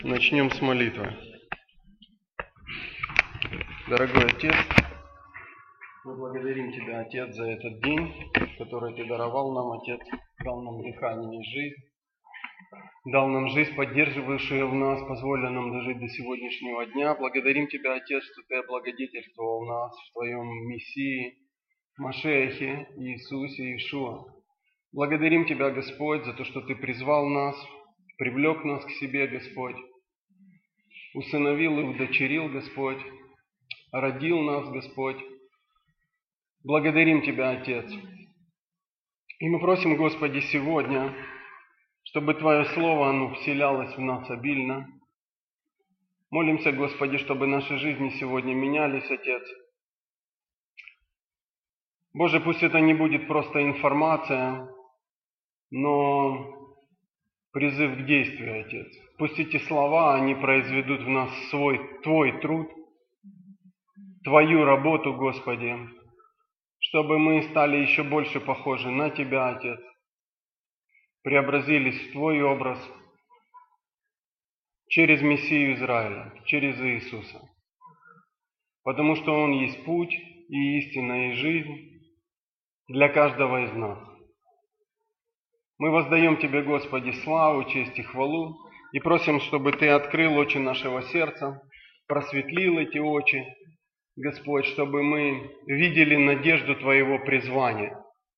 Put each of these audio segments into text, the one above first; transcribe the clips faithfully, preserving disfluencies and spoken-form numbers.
Начнем с молитвы. Дорогой Отец, мы благодарим Тебя, Отец, за этот день, который Ты даровал нам, Отец, дал нам дыхание и жизнь, дал нам жизнь, поддерживающую в нас, позволил нам дожить до сегодняшнего дня. Благодарим Тебя, Отец, что Ты облагодетельствовал нас в Твоем Мессии, Машиахе, Иисусе, Иешуа. Благодарим Тебя, Господь, за то, что Ты призвал нас, привлек нас к себе, Господь, усыновил и удочерил, Господь, родил нас, Господь. Благодарим Тебя, Отец. И мы просим, Господи, сегодня, чтобы Твое Слово, оно вселялось в нас обильно. Молимся, Господи, чтобы наши жизни сегодня менялись, Отец. Боже, пусть это не будет просто информация, но призыв к действию, Отец. Пусть эти слова, они произведут в нас свой, Твой труд, Твою работу, Господи, чтобы мы стали еще больше похожи на Тебя, Отец, преобразились в Твой образ через Мессию Израиля, через Иисуса. Потому что Он есть путь и истина и жизнь для каждого из нас. Мы воздаем Тебе, Господи, славу, честь и хвалу и просим, чтобы Ты открыл очи нашего сердца, просветлил эти очи, Господь, чтобы мы видели надежду Твоего призвания,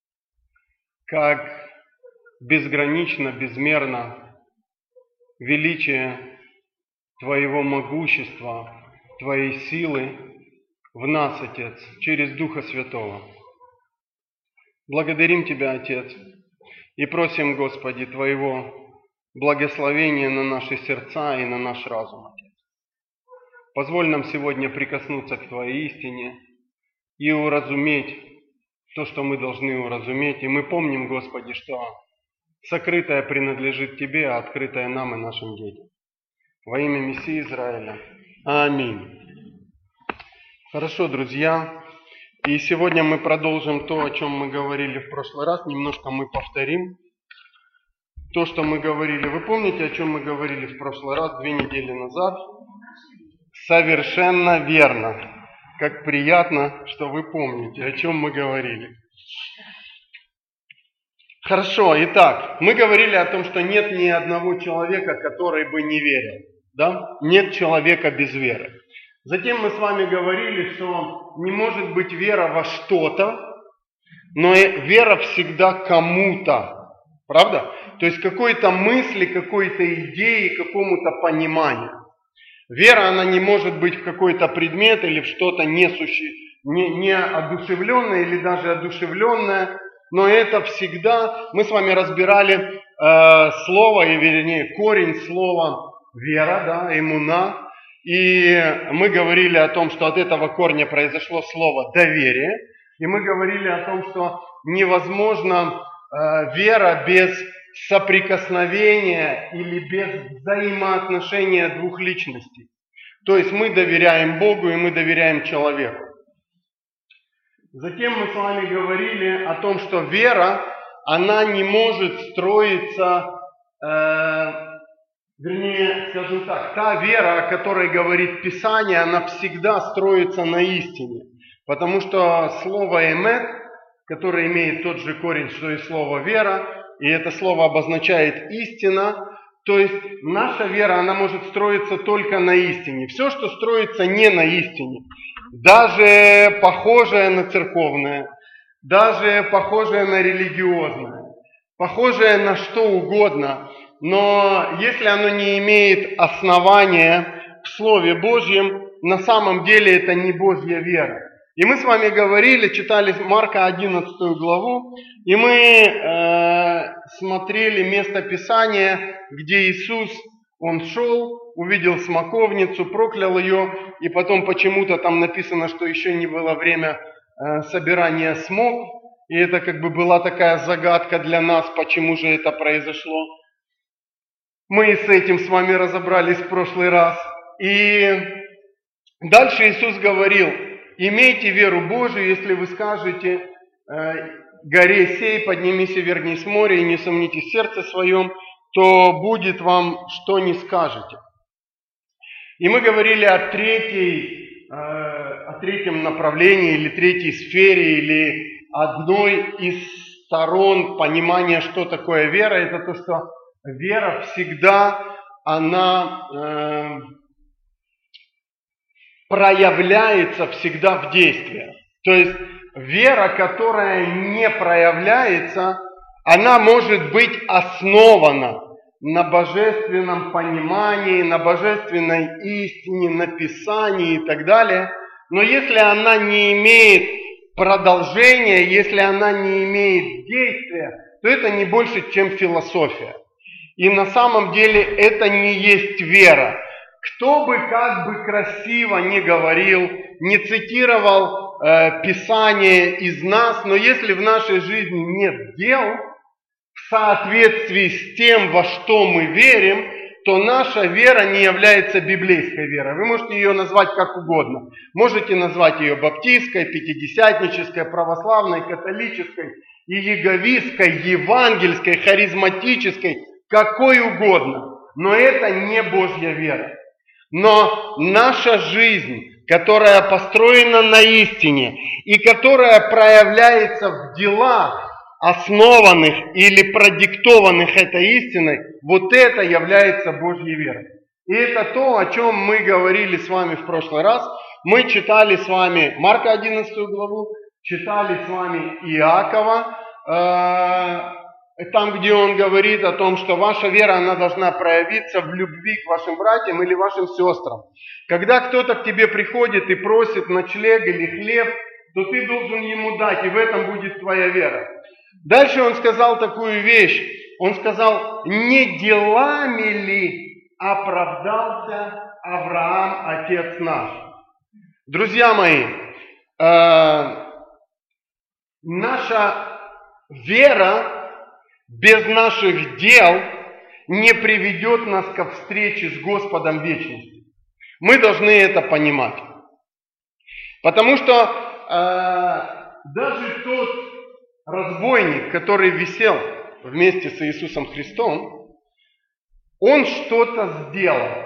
как безгранично, безмерно величие Твоего могущества, Твоей силы в нас, Отец, через Духа Святого. Благодарим Тебя, Отец, и просим, Господи, Твоего благословения на наши сердца и на наш разум, Отец. Позволь нам сегодня прикоснуться к Твоей истине и уразуметь то, что мы должны уразуметь. И мы помним, Господи, что сокрытое принадлежит Тебе, а открытое нам и нашим детям. Во имя Мессии Израиля. Аминь. Хорошо, друзья. И сегодня мы продолжим то, о чем мы говорили в прошлый раз. Немножко мы повторим то, что мы говорили. Вы помните, о чем мы говорили в прошлый раз, две недели назад? Совершенно верно. Как приятно, что вы помните, о чем мы говорили. Хорошо, итак, мы говорили о том, что нет ни одного человека, который бы не верил. Да? Нет человека без веры. Затем мы с вами говорили, что не может быть вера во что-то, но вера всегда кому-то. Правда? То есть какой-то мысли, какой-то идеи, какому-то пониманию. Вера, она не может быть в какой-то предмет или в что-то несуще... не, не одушевленное или даже одушевленное, но это всегда... Мы с вами разбирали э, слово, и вернее корень слова вера, да, эмуна. И мы говорили о том, что от этого корня произошло слово доверие. И мы говорили о том, что невозможно э, вера без соприкосновения или без взаимоотношения двух личностей. То есть мы доверяем Богу и мы доверяем человеку. Затем мы с вами говорили о том, что вера, она не может строиться... Э, Вернее, скажем так, та вера, о которой говорит Писание, она всегда строится на истине. Потому что слово «эмет», которое имеет тот же корень, что и слово «вера», и это слово обозначает «истина», то есть наша вера, она может строиться только на истине. Все, что строится не на истине, даже похожее на церковное, даже похожее на религиозное, похожее на что угодно, но если оно не имеет основания в Слове Божьем, на самом деле это не Божья вера. И мы с вами говорили, читали Марка одиннадцатую главу, и мы э, смотрели место Писания, где Иисус, Он шел, увидел смоковницу, проклял ее, и потом почему-то там написано, что еще не было время э, собирания смок, и это как бы была такая загадка для нас, почему же это произошло. Мы с этим с вами разобрались в прошлый раз. И дальше Иисус говорил: имейте веру Божию, если вы скажете э, горе сей, поднимись и вернись в море, и не сомнитесь в сердце своем, то будет вам, что не скажете. И мы говорили о третьей, э, о третьем направлении или третьей сфере, или одной из сторон понимания, что такое вера. Это то, что вера всегда, она э, проявляется всегда в действиях. То есть вера, которая не проявляется, она может быть основана на божественном понимании, на божественной истине, на Писании и так далее. Но если она не имеет продолжения, если она не имеет действия, то это не больше, чем философия. И на самом деле это не есть вера. Кто бы как бы красиво ни говорил, не цитировал э, Писание из нас, но если в нашей жизни нет дел, в соответствии с тем, во что мы верим, то наша вера не является библейской верой. Вы можете ее назвать как угодно. Можете назвать ее баптистской, пятидесятнической, православной, католической, иеговистской, евангельской, харизматической, какой угодно. Но это не Божья вера. Но наша жизнь, которая построена на истине и которая проявляется в делах, основанных или продиктованных этой истиной, вот это является Божьей верой. И это то, о чем мы говорили с вами в прошлый раз. Мы читали с вами Марка одиннадцатую главу, читали с вами Иакова, э, там, где он говорит о том, что ваша вера, она должна проявиться в любви к вашим братьям или вашим сестрам. Когда кто-то к тебе приходит и просит ночлег или хлеб, то ты должен ему дать, и в этом будет твоя вера. Дальше он сказал такую вещь. Он сказал, не делами ли оправдался Авраам, отец наш? Друзья мои, э, наша вера без наших дел не приведет нас ко встрече с Господом в вечности. Мы должны это понимать. Потому что э, даже тот разбойник, который висел вместе с Иисусом Христом, он что-то сделал.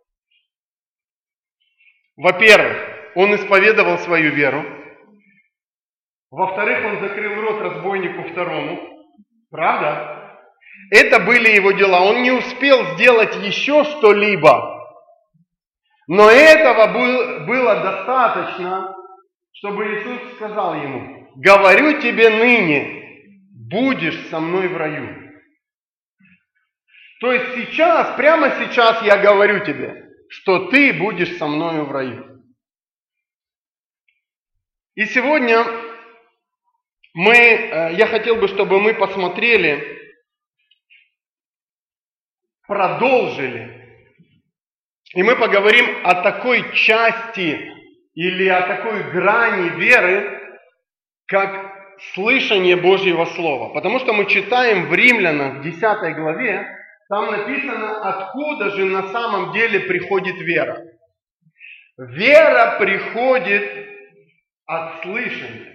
Во-первых, он исповедовал свою веру. Во-вторых, он закрыл рот разбойнику второму. Правда? Это были его дела. Он не успел сделать еще что-либо. Но этого было достаточно, чтобы Иисус сказал ему, говорю тебе ныне, будешь со мной в раю. То есть сейчас, прямо сейчас я говорю тебе, что ты будешь со мною в раю. И сегодня мы, я хотел бы, чтобы мы посмотрели, продолжили. И мы поговорим о такой части или о такой грани веры, как слышание Божьего Слова. Потому что мы читаем в Римлянам в десятой главе, там написано, откуда же на самом деле приходит вера. Вера приходит от слышания.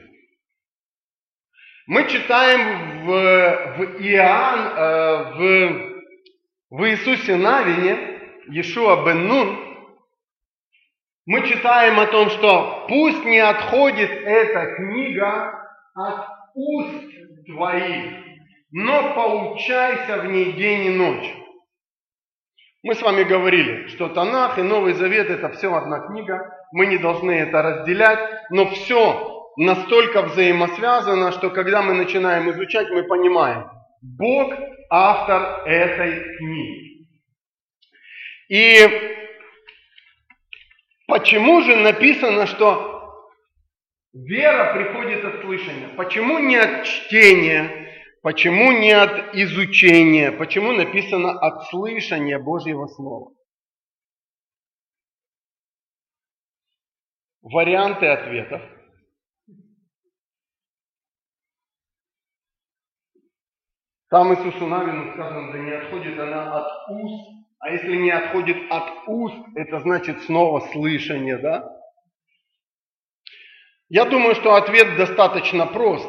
Мы читаем в, в Иоанн, э, в, в Иисусе Навине, Иешуа бен Нун, мы читаем о том, что пусть не отходит эта книга от уст твоих, но поучайся в ней день и ночь. Мы с вами говорили, что Танах и Новый Завет это все одна книга, мы не должны это разделять, но все настолько взаимосвязано, что когда мы начинаем изучать, мы понимаем, Бог автор этой книги. И почему же написано, что вера приходит от слышания? Почему не от чтения? Почему не от изучения? Почему написано от слышания Божьего Слова? Варианты ответов. Там Иисусу Навину сказано, да не отходит она от уст. А если не отходит от уст, это значит снова слышание, да? Я думаю, что ответ достаточно прост.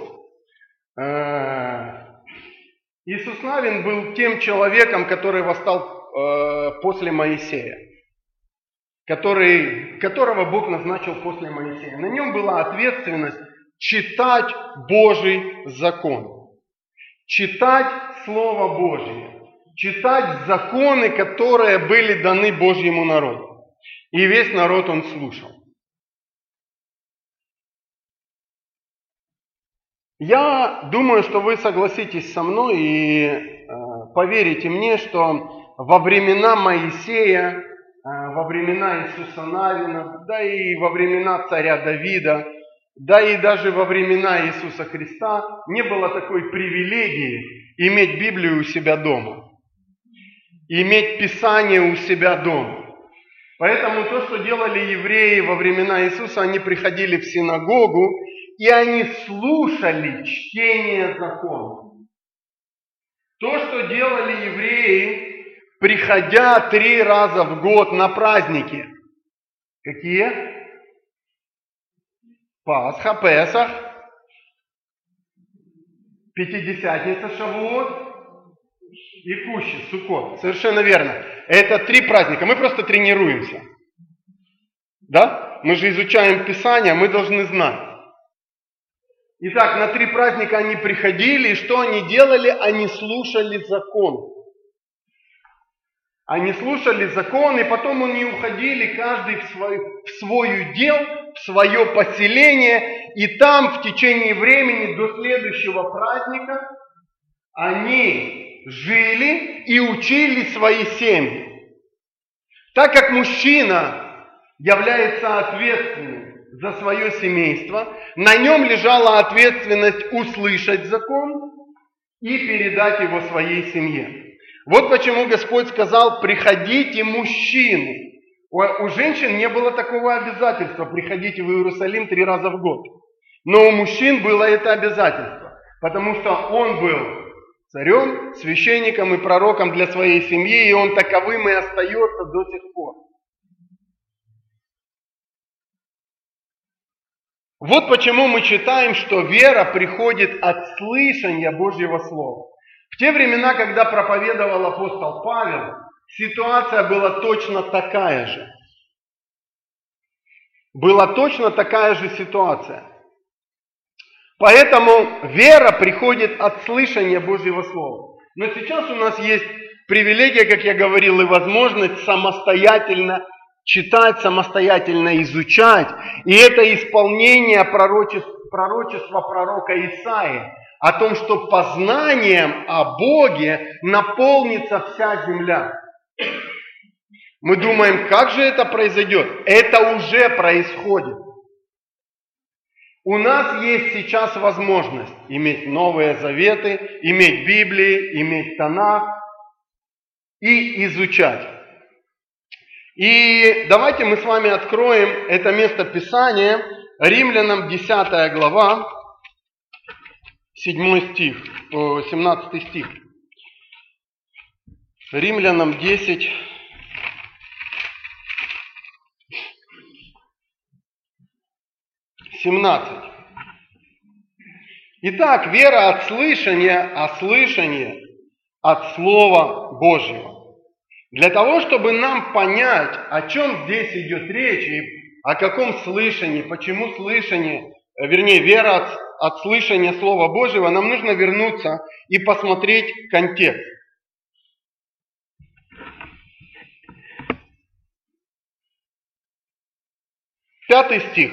Иисус Навин был тем человеком, который восстал после Моисея. который, которого Бог назначил после Моисея. На нем была ответственность читать Божий закон, читать Слово Божие, читать законы, которые были даны Божьему народу. И весь народ он слушал. Я думаю, что вы согласитесь со мной и э, поверите мне, что во времена Моисея, э, во времена Иисуса Навина, да и во времена царя Давида, да и даже во времена Иисуса Христа не было такой привилегии иметь Библию у себя дома, иметь Писание у себя дома. Поэтому то, что делали евреи во времена Иисуса, они приходили в синагогу, и они слушали чтение закона. То, что делали евреи, приходя три раза в год на праздники. Какие? Пасха, Песах, Пятидесятница, Шавуот и Кущи, Суккот. Совершенно верно. Это три праздника. Мы просто тренируемся. Да? Мы же изучаем Писание, мы должны знать. Итак, на три праздника они приходили, и что они делали? Они слушали закон. Они слушали закон, и потом они уходили, каждый в свой, в свой удел, в свое поселение, и там в течение времени до следующего праздника они жили и учили свои семьи. Так как мужчина является ответственным за свое семейство, на нем лежала ответственность услышать закон и передать его своей семье. Вот почему Господь сказал: приходите, мужчины. У, у женщин не было такого обязательства приходить в Иерусалим три раза в год. Но у мужчин было это обязательство, потому что он был царем, священником и пророком для своей семьи, и он таковым и остается до сих пор. Вот почему мы читаем, что вера приходит от слышания Божьего Слова. В те времена, когда проповедовал апостол Павел, ситуация была точно такая же. Была точно такая же ситуация. Поэтому вера приходит от слышания Божьего Слова. Но сейчас у нас есть привилегия, как я говорил, и возможность самостоятельно читать, самостоятельно изучать. И это исполнение пророчества, пророчества пророка Исаии о том, что познанием о Боге наполнится вся земля. Мы думаем, как же это произойдет? Это уже происходит. У нас есть сейчас возможность иметь Новые Заветы, иметь Библии, иметь Танах и изучать. И давайте мы с вами откроем это место Писания, Римлянам десятая глава, седьмой стих, семнадцатый стих. Римлянам десять, семнадцать. Итак, вера от слышания, а слышание от Слова Божьего. Для того, чтобы нам понять, о чем здесь идет речь, и о каком слышании, почему слышание, вернее, вера от, от слышания Слова Божьего, нам нужно вернуться и посмотреть контекст. Пятый стих.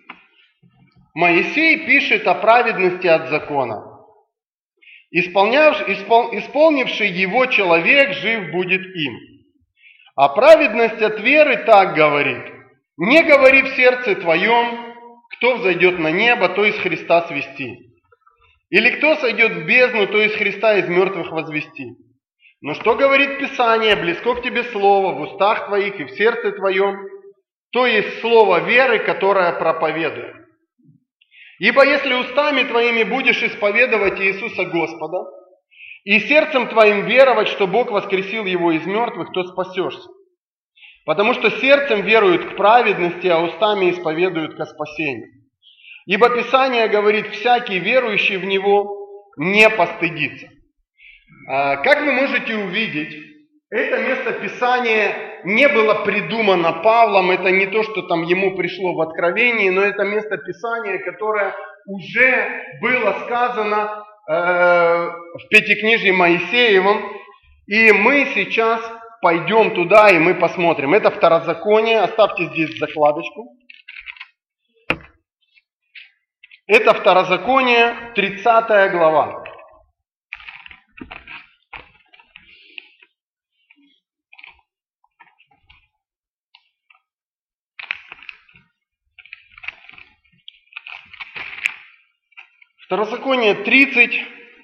Моисей пишет о праведности от закона. Исполнявший, испол, исполнивший его человек жив будет им. А праведность от веры так говорит: не говори в сердце твоем, кто взойдет на небо, то из Христа свести. Или кто сойдет в бездну, то из Христа из мертвых возвести. Но что говорит Писание? Близко к тебе слово в устах твоих и в сердце твоем, то есть слово веры, которое проповедуем. Ибо если устами твоими будешь исповедовать Иисуса Господа, и сердцем твоим веровать, что Бог воскресил его из мертвых, то спасешься. Потому что сердцем веруют к праведности, а устами исповедуют ко спасению. Ибо Писание говорит: всякий верующий в него не постыдится. Как вы можете увидеть, это место Писания не было придумано Павлом, это не то, что там ему пришло в откровении, но это место Писания, которое уже было сказано э, в Пятикнижии Моисеевом, и мы сейчас пойдем туда и мы посмотрим. Это Второзаконие, оставьте здесь закладочку. Это Второзаконие, тридцатая глава. Второзаконие тридцать,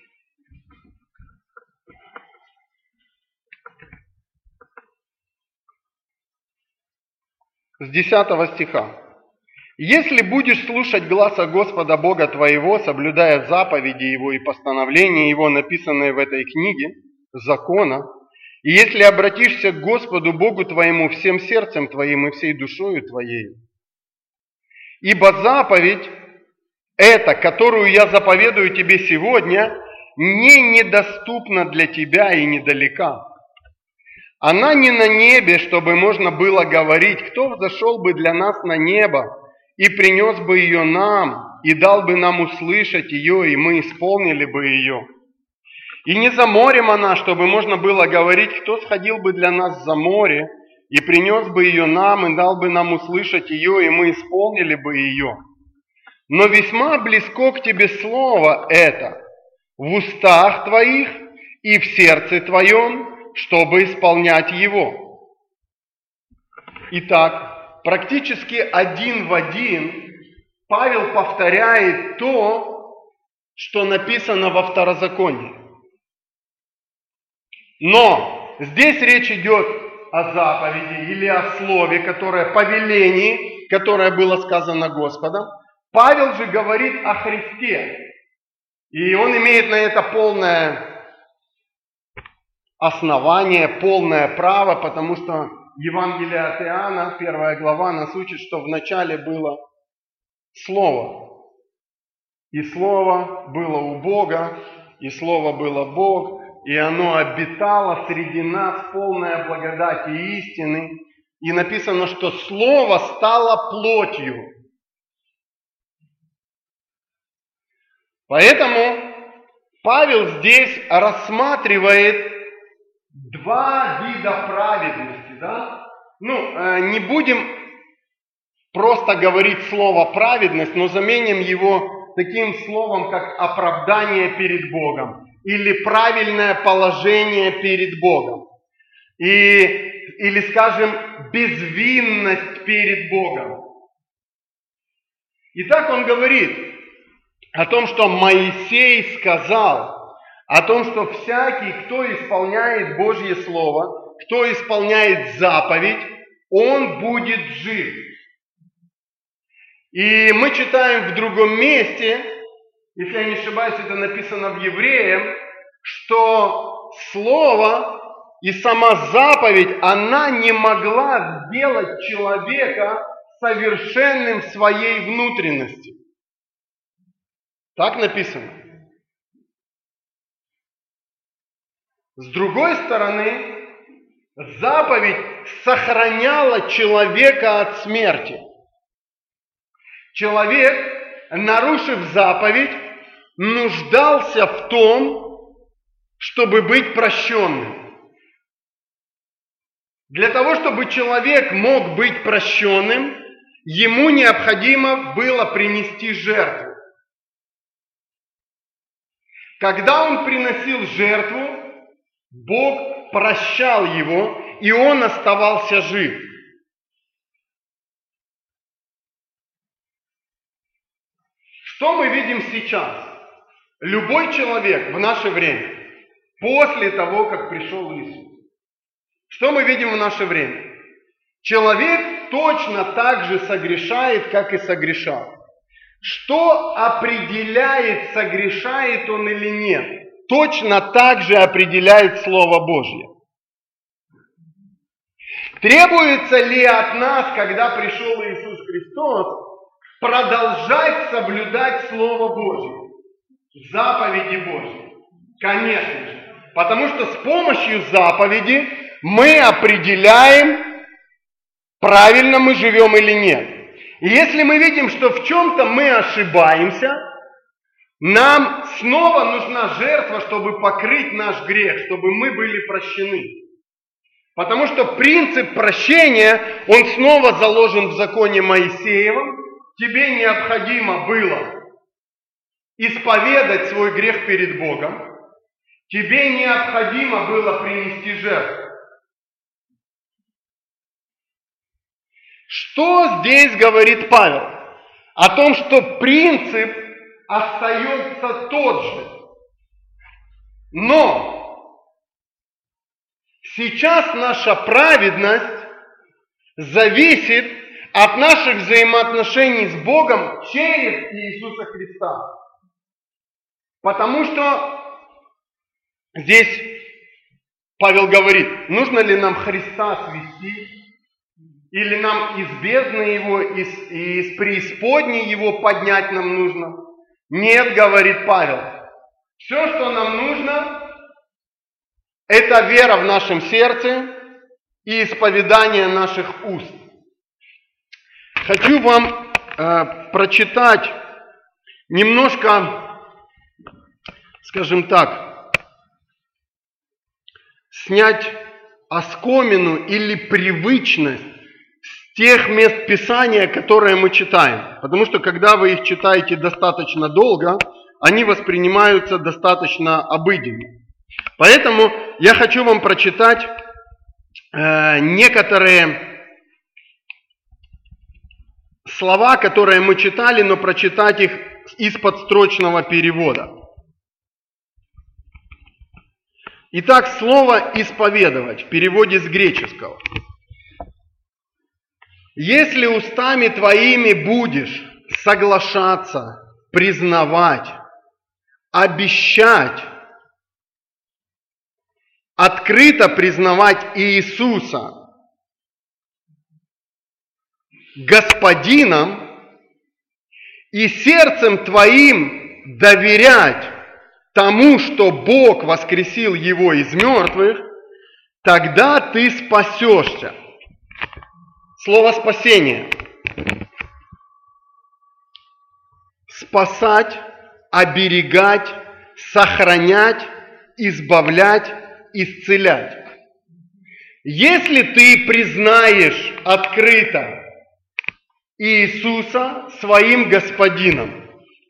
с десятого стиха. «Если будешь слушать гласа Господа Бога твоего, соблюдая заповеди Его и постановления Его, написанные в этой книге, закона, и если обратишься к Господу Богу твоему всем сердцем твоим и всей душою твоей, ибо заповедь эта, которую я заповедую тебе сегодня, не недоступна для тебя и недалека. Она не на небе, чтобы можно было говорить, кто взошел бы для нас на небо и принес бы ее нам, и дал бы нам услышать ее, и мы исполнили бы ее. И не за морем она, чтобы можно было говорить, кто сходил бы для нас за море, и принес бы ее нам, и дал бы нам услышать ее, и мы исполнили бы ее. Но весьма близко к тебе слово это, в устах твоих и в сердце твоем, чтобы исполнять его». Итак, практически один в один Павел повторяет то, что написано во Второзаконии. Но здесь речь идет о заповеди или о слове, которое, повелении, которое было сказано Господом. Павел же говорит о Христе, и он имеет на это полное основание, полное право, потому что Евангелие от Иоанна, первая глава, нас учит, что вначале было Слово, и Слово было у Бога, и Слово было Бог, и оно обитало среди нас, полная благодати и истины, и написано, что Слово стало плотью. Поэтому Павел здесь рассматривает два вида праведности. Да? Ну, не будем просто говорить слово праведность, но заменим его таким словом, как оправдание перед Богом или правильное положение перед Богом. И, или, скажем, безвинность перед Богом. Итак, он говорит о том, что Моисей сказал, о том, что всякий, кто исполняет Божье Слово, кто исполняет заповедь, он будет жив. И мы читаем в другом месте, если я не ошибаюсь, это написано в Евреям, что Слово и сама заповедь, она не могла сделать человека совершенным в своей внутренности. Так написано. С другой стороны, заповедь сохраняла человека от смерти. Человек, нарушив заповедь, нуждался в том, чтобы быть прощенным. Для того, чтобы человек мог быть прощенным, ему необходимо было принести жертву. Когда он приносил жертву, Бог прощал его, и он оставался жив. Что мы видим сейчас? Любой человек в наше время, после того, как пришел Иисус, что мы видим в наше время? Человек точно так же согрешает, как и согрешал. Что определяет, согрешает он или нет? Точно так же определяет Слово Божье. Требуется ли от нас, когда пришел Иисус Христос, продолжать соблюдать Слово Божье, заповеди Божьи? Конечно же. Потому что с помощью заповеди мы определяем, правильно мы живем или нет. И если мы видим, что в чем-то мы ошибаемся, нам снова нужна жертва, чтобы покрыть наш грех, чтобы мы были прощены. Потому что принцип прощения, он снова заложен в законе Моисеевом. Тебе необходимо было исповедать свой грех перед Богом. Тебе необходимо было принести жертву. Что здесь говорит Павел? О том, что принцип остается тот же. Но сейчас наша праведность зависит от наших взаимоотношений с Богом через Иисуса Христа. Потому что здесь Павел говорит, нужно ли нам Христа свести, или нам из бездны Его, из, из преисподней Его поднять нам нужно. Нет, говорит Павел, все, что нам нужно, это вера в нашем сердце и исповедание наших уст. Хочу вам э, прочитать немножко, скажем так, снять оскомину или привычность с тех мест Писания, которые мы читаем. Потому что когда вы их читаете достаточно долго, они воспринимаются достаточно обыденно. Поэтому я хочу вам прочитать э, некоторые слова, которые мы читали, но прочитать их из подстрочного перевода. Итак, слово «исповедовать» в переводе с греческого. «Если устами твоими будешь соглашаться, признавать, обещать, открыто признавать Иисуса Господином и сердцем твоим доверять тому, что Бог воскресил Его из мертвых, тогда ты спасешься». Слово «спасение». Спасать, оберегать, сохранять, избавлять, исцелять. Если ты признаешь открыто Иисуса своим Господином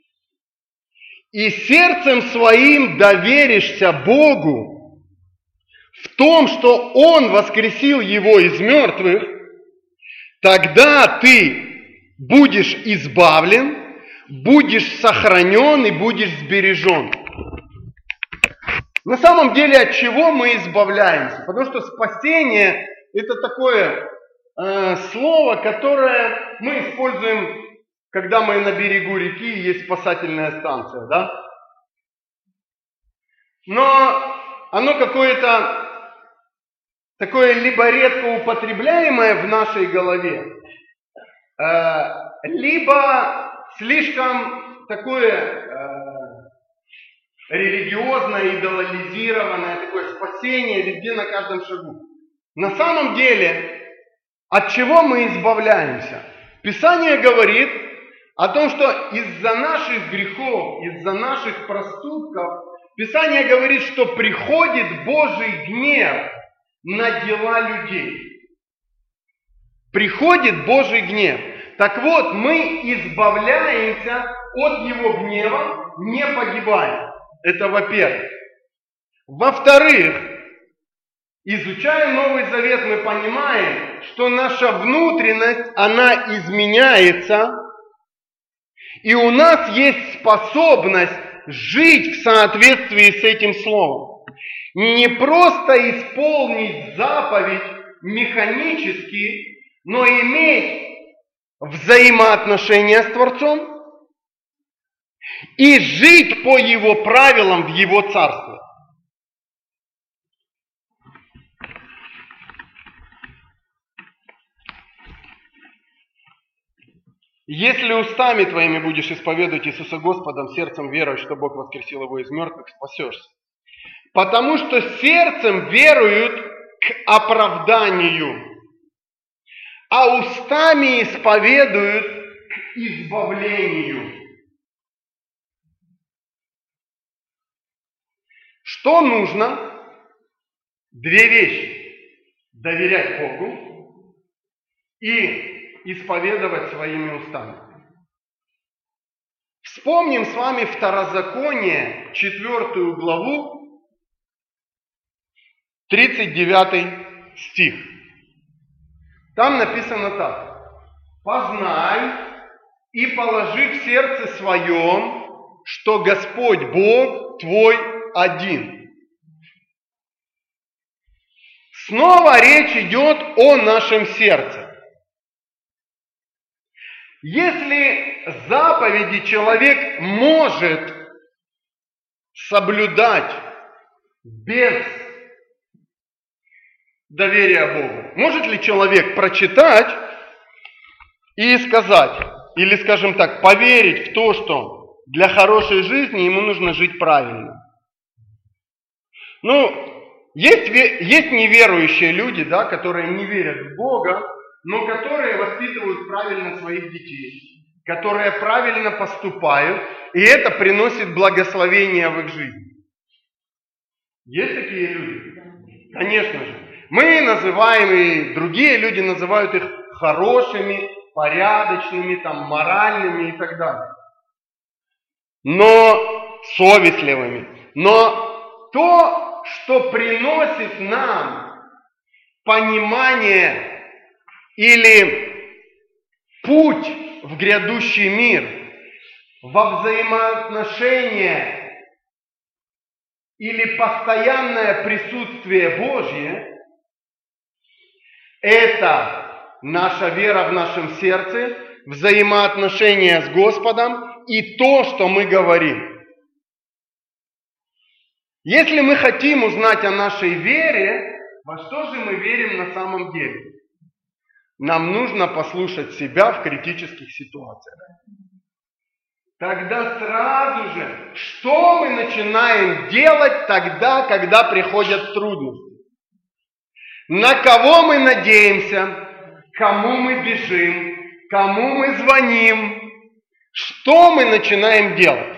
и сердцем своим доверишься Богу в том, что Он воскресил Его из мертвых, тогда ты будешь избавлен, будешь сохранен и будешь сбережен. На самом деле, от чего мы избавляемся? Потому что спасение – это такое э, слово, которое мы используем, когда мы на берегу реки, есть спасательная станция, да? Но оно какое-то такое либо редко употребляемое в нашей голове, э, либо слишком такое э, религиозное, идеализированное, такое спасение везде на каждом шагу. На самом деле, от чего мы избавляемся? Писание говорит о том, что из-за наших грехов, из-за наших проступков, Писание говорит, что приходит Божий гнев на дела людей. Приходит Божий гнев. Так вот, мы избавляемся от Его гнева, не погибаем. Это во-первых. Во-вторых, изучая Новый Завет, мы понимаем, что наша внутренность, она изменяется, и у нас есть способность жить в соответствии с этим словом. Не просто исполнить заповедь механически, но иметь взаимоотношения с Творцом и жить по Его правилам в Его Царстве. Если устами твоими будешь исповедовать Иисуса Господом, сердцем веруя, что Бог воскресил Его из мертвых, спасешься. Потому что сердцем веруют к оправданию, а устами исповедуют к избавлению. Что нужно? Две вещи. Доверять Богу и исповедовать своими устами. Вспомним с вами Второзаконие, четвертую главу, тридцать девятый стих. Там написано так. «Познай и положи в сердце своем, что Господь Бог твой один». Снова речь идет о нашем сердце. Если заповеди человек может соблюдать без доверия Богу, может ли человек прочитать и сказать, или, скажем так, поверить в то, что для хорошей жизни ему нужно жить правильно? Ну, есть, есть неверующие люди, да, которые не верят в Бога, но которые воспитывают правильно своих детей, которые правильно поступают, и это приносит благословение в их жизни. Есть такие люди? Конечно же. Мы называем, и другие люди называют их хорошими, порядочными, там, моральными и так далее. Но совестливыми. Но то, что приносит нам понимание или путь в грядущий мир, во взаимоотношения или постоянное присутствие Божье, это наша вера в нашем сердце, взаимоотношения с Господом и то, что мы говорим. Если мы хотим узнать о нашей вере, во что же мы верим на самом деле? Нам нужно послушать себя в критических ситуациях. Тогда сразу же, что мы начинаем делать тогда, когда приходят трудности? На кого мы надеемся? Кому мы бежим? Кому мы звоним? Что мы начинаем делать?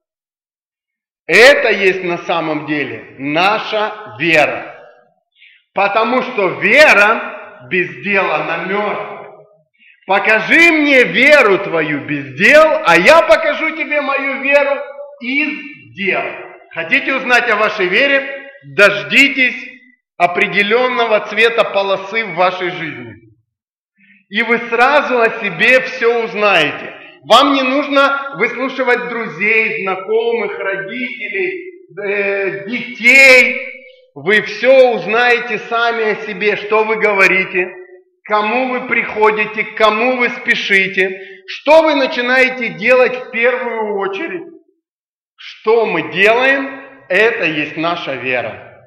Это есть на самом деле наша вера. Потому что вера без дела она мертва. Покажи мне веру твою без дел, а я покажу тебе мою веру из дел. Хотите узнать о вашей вере? Дождитесь определенного цвета полосы в вашей жизни. И вы сразу о себе все узнаете. Вам не нужно выслушивать друзей, знакомых, родителей, э, детей. Вы все узнаете сами о себе, что вы говорите, к кому вы приходите, к кому вы спешите, что вы начинаете делать в первую очередь. Что мы делаем, это есть наша вера.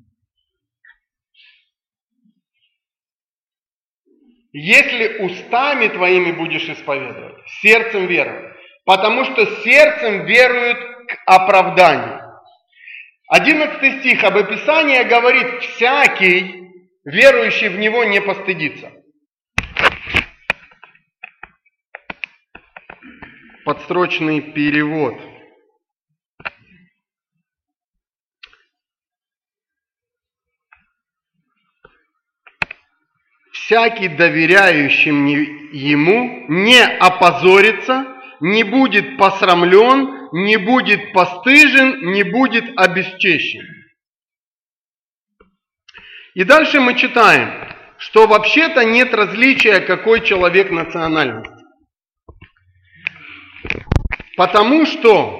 Если устами твоими будешь исповедовать, сердцем веровать, потому что сердцем веруют к оправданию. Одиннадцатый стих об Писании говорит: всякий, верующий в Него, не постыдится. Подстрочный перевод. Всякий, доверяющий Ему, не опозорится, не будет посрамлен, не будет постыжен, не будет обесчещен. И дальше мы читаем, что вообще-то нет различия, какой человек национальности. Потому что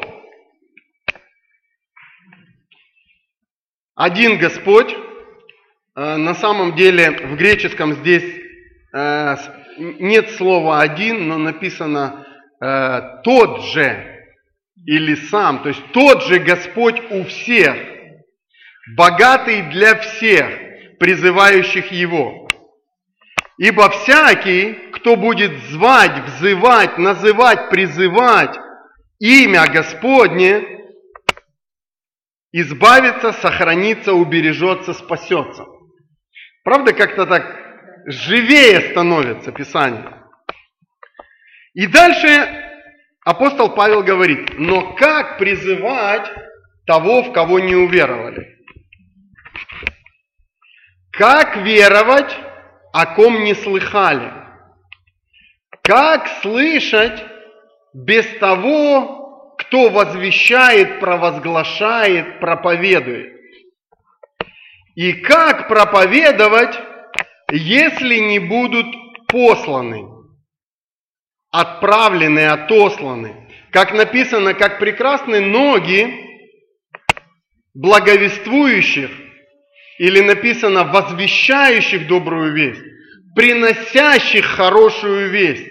один Господь, на самом деле в греческом здесь нет слова «один», но написано «тот же» или «сам», то есть «тот же Господь у всех, богатый для всех, призывающих Его. Ибо всякий, кто будет звать, взывать, называть, призывать имя Господне, избавится, сохранится, убережется, спасется». Правда, как-то так живее становится Писание. И дальше апостол Павел говорит: но как призывать того, в кого не уверовали? Как веровать, о ком не слыхали? Как слышать без того, кто возвещает, провозглашает, проповедует? И как проповедовать, если не будут посланы, отправлены, отосланы? Как написано, как прекрасны ноги благовествующих, или написано возвещающих добрую весть, приносящих хорошую весть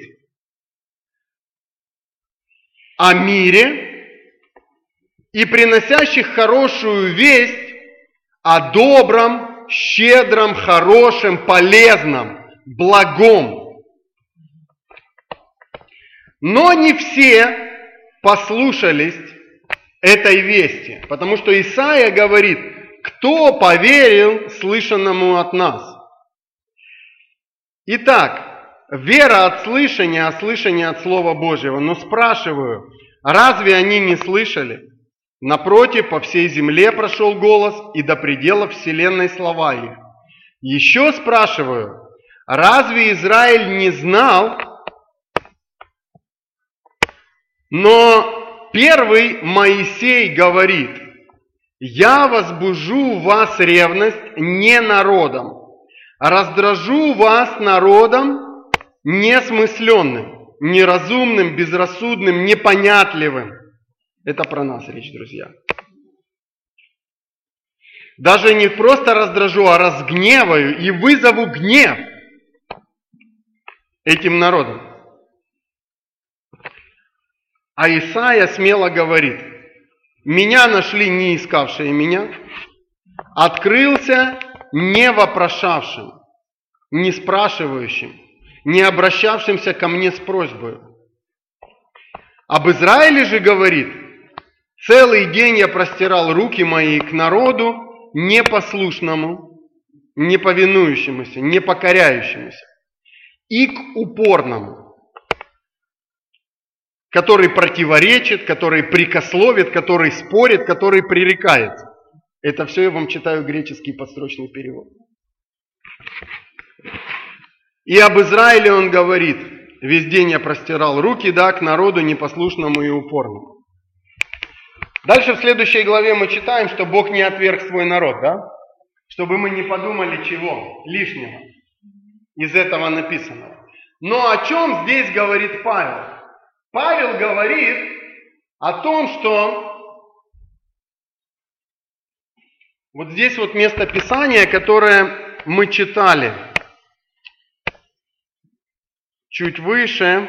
о мире и приносящих хорошую весть о добром, щедром, хорошем, полезном, благом. Но не все послушались этой вести, потому что Исаия говорит: кто поверил слышанному от нас? Итак, вера от слышания, а слышание от Слова Божьего. Но спрашиваю, разве они не слышали? Напротив, по всей земле прошел голос, и до пределов вселенной слова их. Еще спрашиваю, разве Израиль не знал? Но первый Моисей говорит: «Я возбужу в вас ревность не народом, а раздражу вас народом несмысленным, неразумным, безрассудным, непонятливым». Это про нас речь, друзья. Даже не просто раздражу, а разгневаю и вызову гнев этим народом. А Исаия смело говорит: «Меня нашли не искавшие меня, открылся не вопрошавшим, не спрашивающим, не обращавшимся ко мне с просьбой». Об Израиле же говорит: «Целый день я простирал руки мои к народу непослушному, неповинующемуся, непокоряющемуся, и к упорному, который противоречит, который прикословит, который спорит, который пререкается». Это все я вам читаю греческий подстрочный перевод. И об Израиле он говорит: «Весь день я простирал руки, да, к народу непослушному и упорному». Дальше в следующей главе мы читаем, что Бог не отверг свой народ, да? Чтобы мы не подумали чего лишнего из этого написанного. Но о чем здесь говорит Павел? Павел говорит о том, что вот здесь вот место Писания, которое мы читали чуть выше,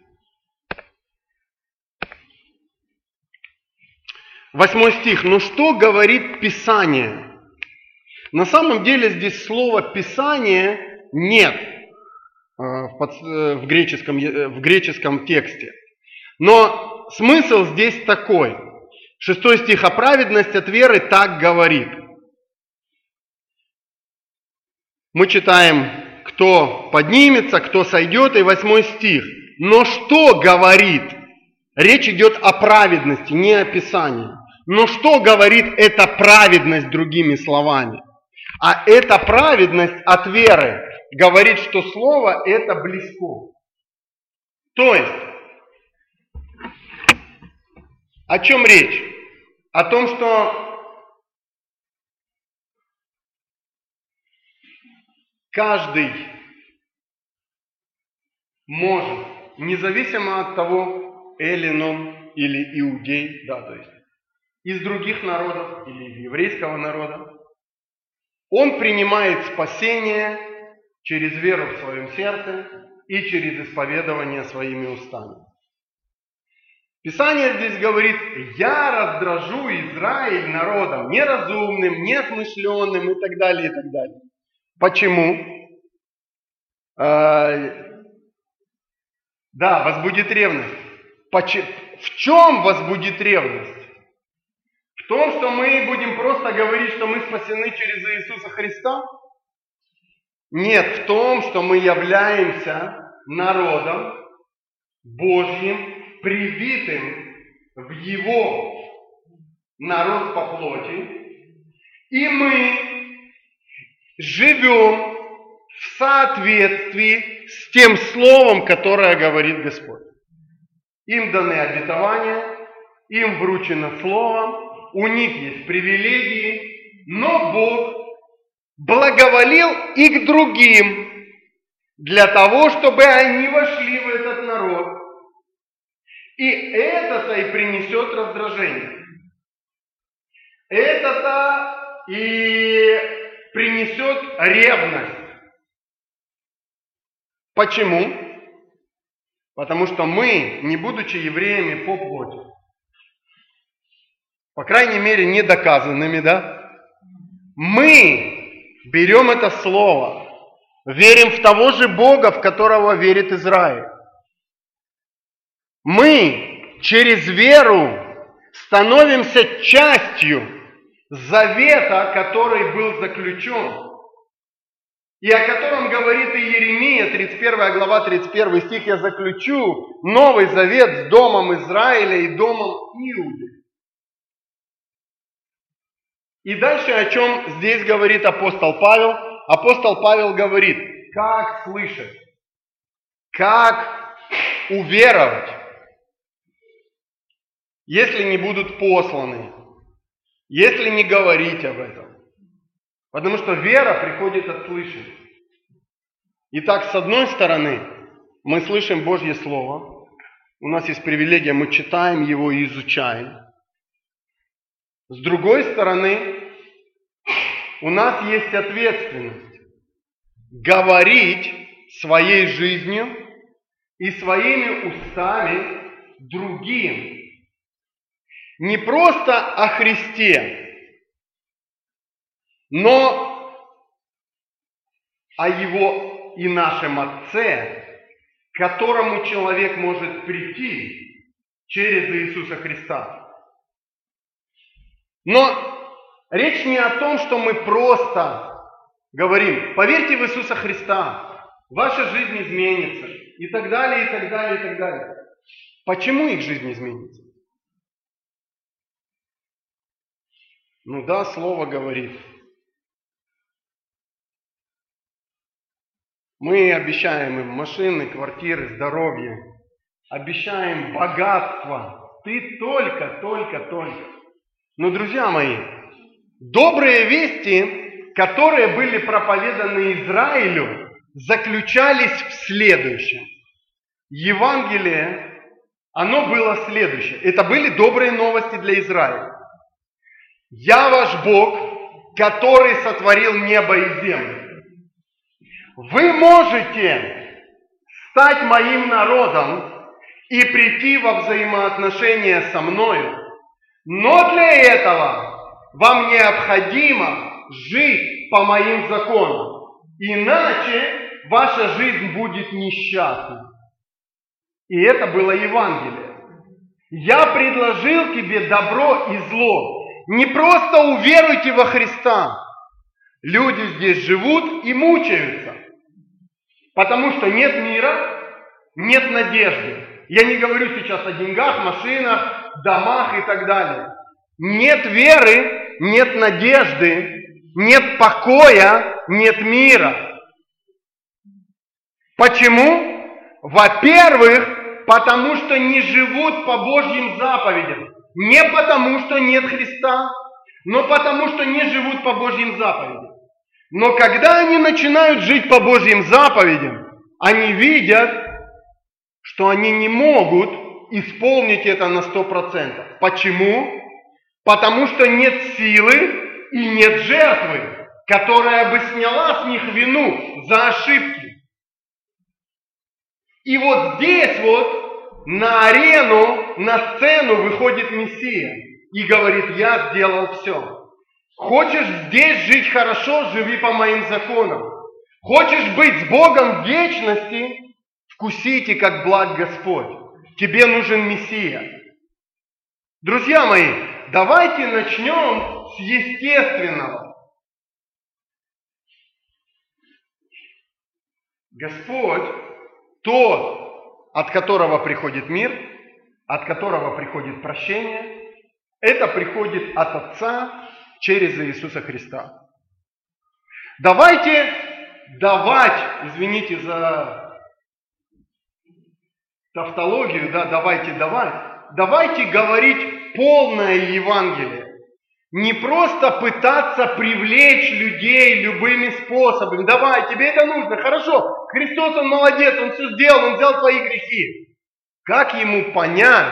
восьмой стих. «Ну что говорит Писание?» На самом деле здесь слова «Писание» нет в греческом, в греческом тексте. Но смысл здесь такой. Шестой стих: «А праведность от веры так говорит». Мы читаем: «Кто поднимется, кто сойдет», и восьмой стих. Но что говорит? Речь идет о праведности, не о Писании. Но что говорит эта праведность другими словами? А эта праведность от веры говорит, что слово это близко. То есть, о чем речь? О том, что каждый может, независимо от того, эллин он или иудей, да, то есть из других народов или из еврейского народа, он принимает спасение через веру в своем сердце и через исповедование своими устами. Писание здесь говорит: «Я раздражу Израиль народом неразумным, несмышленным» и так далее, и так далее. Почему? А, да, возбудит ревность. В чем возбудит ревность? В том, что мы будем просто говорить, что мы спасены через Иисуса Христа? Нет в том, что мы являемся народом Божьим, привитым в Его народ по плоти, и мы живем в соответствии с тем словом, которое говорит Господь. Им даны обетования, им вручено слово, у них есть привилегии, но Бог благоволил и к другим для того, чтобы они вошли в этот народ. И это-то и принесет раздражение. Это-то и принесет ревность. Почему? Потому что мы, не будучи евреями по плоти, по крайней мере, не доказанными, да, мы берем это слово, верим в того же Бога, в которого верит Израиль. Мы через веру становимся частью завета, который был заключен, и о котором говорит и Иеремия, тридцать первая глава, тридцать первый стих: «Я заключу новый завет с домом Израиля и домом Иуды». И дальше о чем здесь говорит апостол Павел? Апостол Павел говорит, как слышать, как уверовать, если не будут посланы, если не говорить об этом. Потому что вера приходит от слышания. Итак, с одной стороны, мы слышим Божье Слово, у нас есть привилегия, мы читаем его и изучаем. С другой стороны, у нас есть ответственность говорить своей жизнью и своими устами другим. Не просто о Христе, но о Его и нашем Отце, к которому человек может прийти через Иисуса Христа. Но речь не о том, что мы просто говорим, поверьте в Иисуса Христа, ваша жизнь изменится, и так далее, и так далее, и так далее. Почему их жизнь изменится? Ну да, Слово говорит. Мы обещаем им машины, квартиры, здоровье, обещаем богатство. Ты только, только, только. Но, друзья мои, добрые вести, которые были проповеданы Израилю, заключались в следующем. Евангелие, оно было следующее. Это были добрые новости для Израиля. «Я ваш Бог, который сотворил небо и землю. Вы можете стать моим народом и прийти во взаимоотношения со мною, но для этого вам необходимо жить по моим законам, иначе ваша жизнь будет несчастной». И это было Евангелие. Я предложил тебе добро и зло. Не просто уверуйте во Христа. Люди здесь живут и мучаются, потому что нет мира, нет надежды. Я не говорю сейчас о деньгах, машинах, домах и так далее. Нет веры, нет надежды, нет покоя, нет мира. Почему? Во-первых, потому что не живут по Божьим заповедям. Не потому, что нет Христа, но потому, что не живут по Божьим заповедям. Но когда они начинают жить по Божьим заповедям, они видят, что они не могут исполнить это на сто процентов. Почему? Потому что нет силы и нет жертвы, которая бы сняла с них вину за ошибки. И вот здесь вот на арену, на сцену выходит Мессия и говорит: я сделал все. Хочешь здесь жить хорошо, живи по моим законам. Хочешь быть с Богом в вечности, вкусите, как благ Господь. Тебе нужен Мессия. Друзья мои, давайте начнем с естественного. Господь тот, от которого приходит мир, от которого приходит прощение, это приходит от Отца через Иисуса Христа. Давайте давать, извините за тавтологию, да, давайте давать, давайте говорить полное Евангелие. Не просто пытаться привлечь людей любыми способами. Давай, тебе это нужно, хорошо. Христос, Он молодец, Он все сделал, Он взял твои грехи. Как ему понять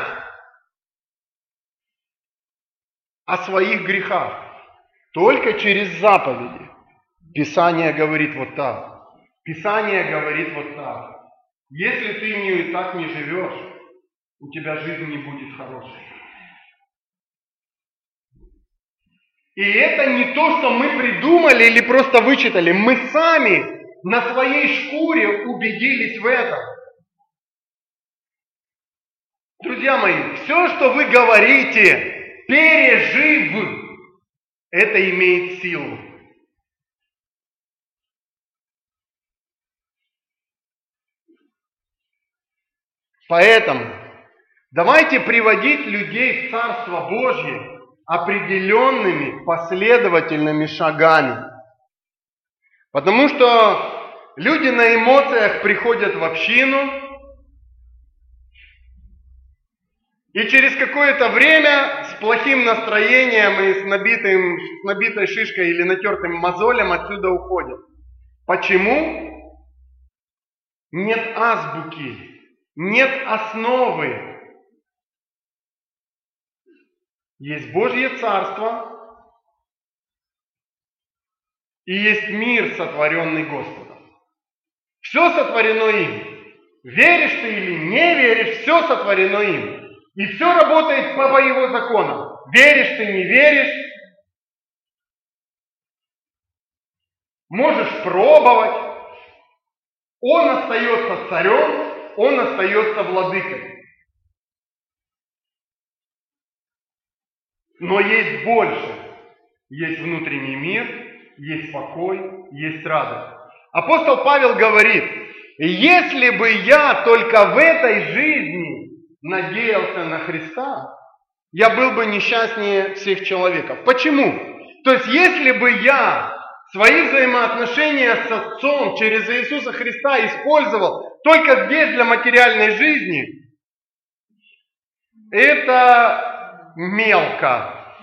о своих грехах? Только через заповеди. Писание говорит вот так. Писание говорит вот так. Если ты не так не живешь, у тебя жизнь не будет хорошей. И это не то, что мы придумали или просто вычитали. Мы сами на своей шкуре убедились в этом. Друзья мои, все, что вы говорите, пережив, это имеет силу. Поэтому давайте приводить людей в Царство Божье определенными последовательными шагами. Потому что люди на эмоциях приходят в общину, и через какое-то время с плохим настроением и с, набитым, с набитой шишкой или натертым мозолем отсюда уходят. Почему? Нет азбуки, нет основы. Есть Божье Царство и есть мир, сотворенный Господом. Все сотворено им. Веришь ты или не веришь, все сотворено им. И все работает по его законам. Веришь ты, не веришь. Можешь пробовать. Он остается царем, он остается владыкой. Но есть больше. Есть внутренний мир, есть покой, есть радость. Апостол Павел говорит, если бы я только в этой жизни надеялся на Христа, я был бы несчастнее всех человеков. Почему? То есть, если бы я свои взаимоотношения с Отцом через Иисуса Христа использовал только здесь для материальной жизни, это мелко.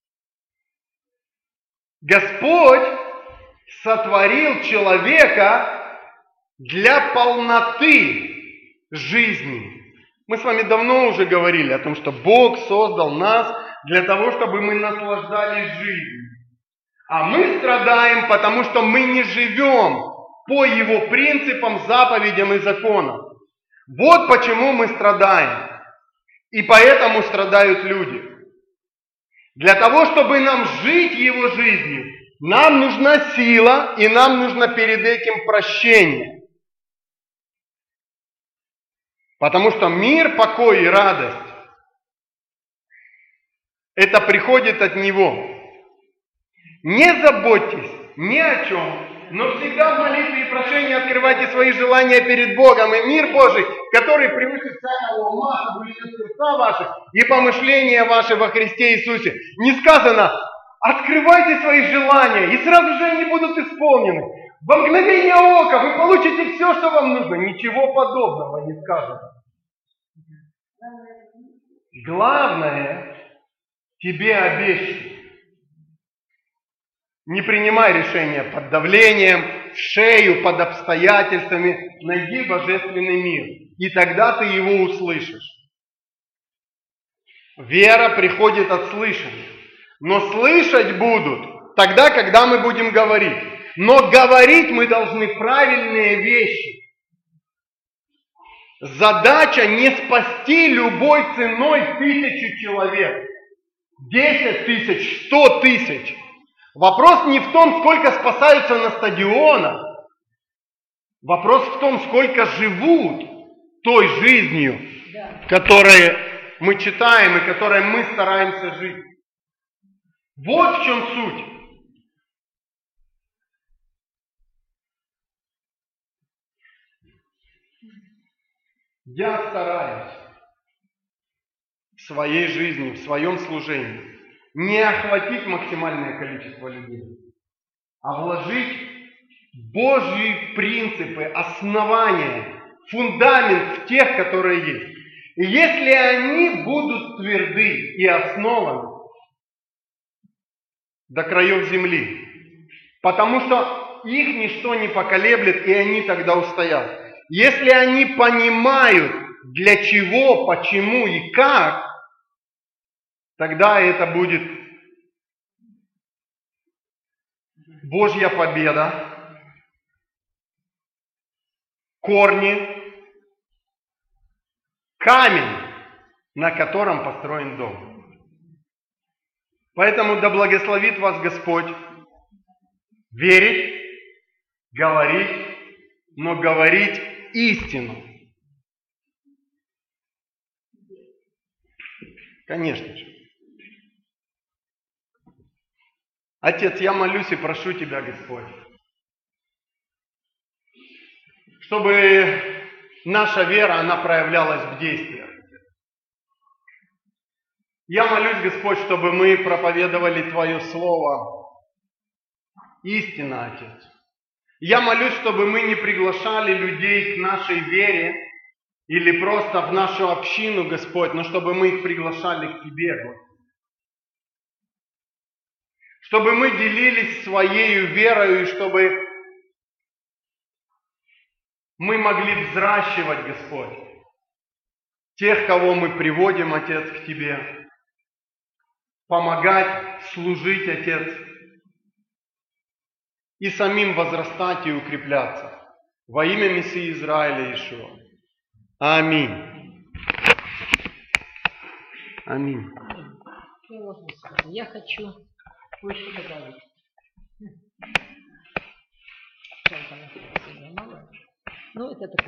Господь сотворил человека для полноты жизни. Мы с вами давно уже говорили о том, что Бог создал нас для того, чтобы мы наслаждались жизнью. А мы страдаем, потому что мы не живем по Его принципам, заповедям и законам. Вот почему мы страдаем. И поэтому страдают люди. Для того, чтобы нам жить Его жизнью, нам нужна сила, и нам нужно перед этим прощение. Потому что мир, покой и радость, это приходит от Него. Не заботьтесь ни о чем, но всегда в молитве и прошении открывайте свои желания перед Богом, и мир Божий, который превыше всякого ума, соблюдет сердца ваших и помышления ваши во Христе Иисусе. Не сказано, открывайте свои желания, и сразу же они будут исполнены. Во мгновение ока вы получите все, что вам нужно. Ничего подобного не сказано. Главное, тебе обещано. Не принимай решения под давлением, в шею, под обстоятельствами. Найди божественный мир, и тогда ты его услышишь. Вера приходит от слышания. Но слышать будут тогда, когда мы будем говорить. Но говорить мы должны правильные вещи. Задача не спасти любой ценой тысячу человек. Десять тысяч, сто тысяч. Вопрос не в том, сколько спасаются на стадионах. Вопрос в том, сколько живут той жизнью, да, которой мы читаем и которой мы стараемся жить. Вот в чем суть. Я стараюсь в своей жизни, в своем служении не охватить максимальное количество людей, а вложить Божьи принципы, основания, фундамент в тех, которые есть. И если они будут тверды и основаны до краев земли, потому что их ничто не поколеблет, и они тогда устоят. Если они понимают, для чего, почему и как, тогда это будет Божья победа, корни, камень, на котором построен дом. Поэтому да благословит вас Господь верить, говорить, но говорить истину. Конечно же. Отец, я молюсь и прошу Тебя, Господь, чтобы наша вера, она проявлялась в действиях. Я молюсь, Господь, чтобы мы проповедовали Твое Слово. Истина, Отец. Я молюсь, чтобы мы не приглашали людей к нашей вере или просто в нашу общину, Господь, но чтобы мы их приглашали к Тебе, Господь. Чтобы мы делились своей верой, и чтобы мы могли взращивать, Господь, тех, кого мы приводим, Отец, к Тебе, помогать, служить, Отец, и самим возрастать и укрепляться. Во имя Мессии Израиля Иешуа. Аминь. Аминь. Я хочу кое-что добавить. Ну, это такое.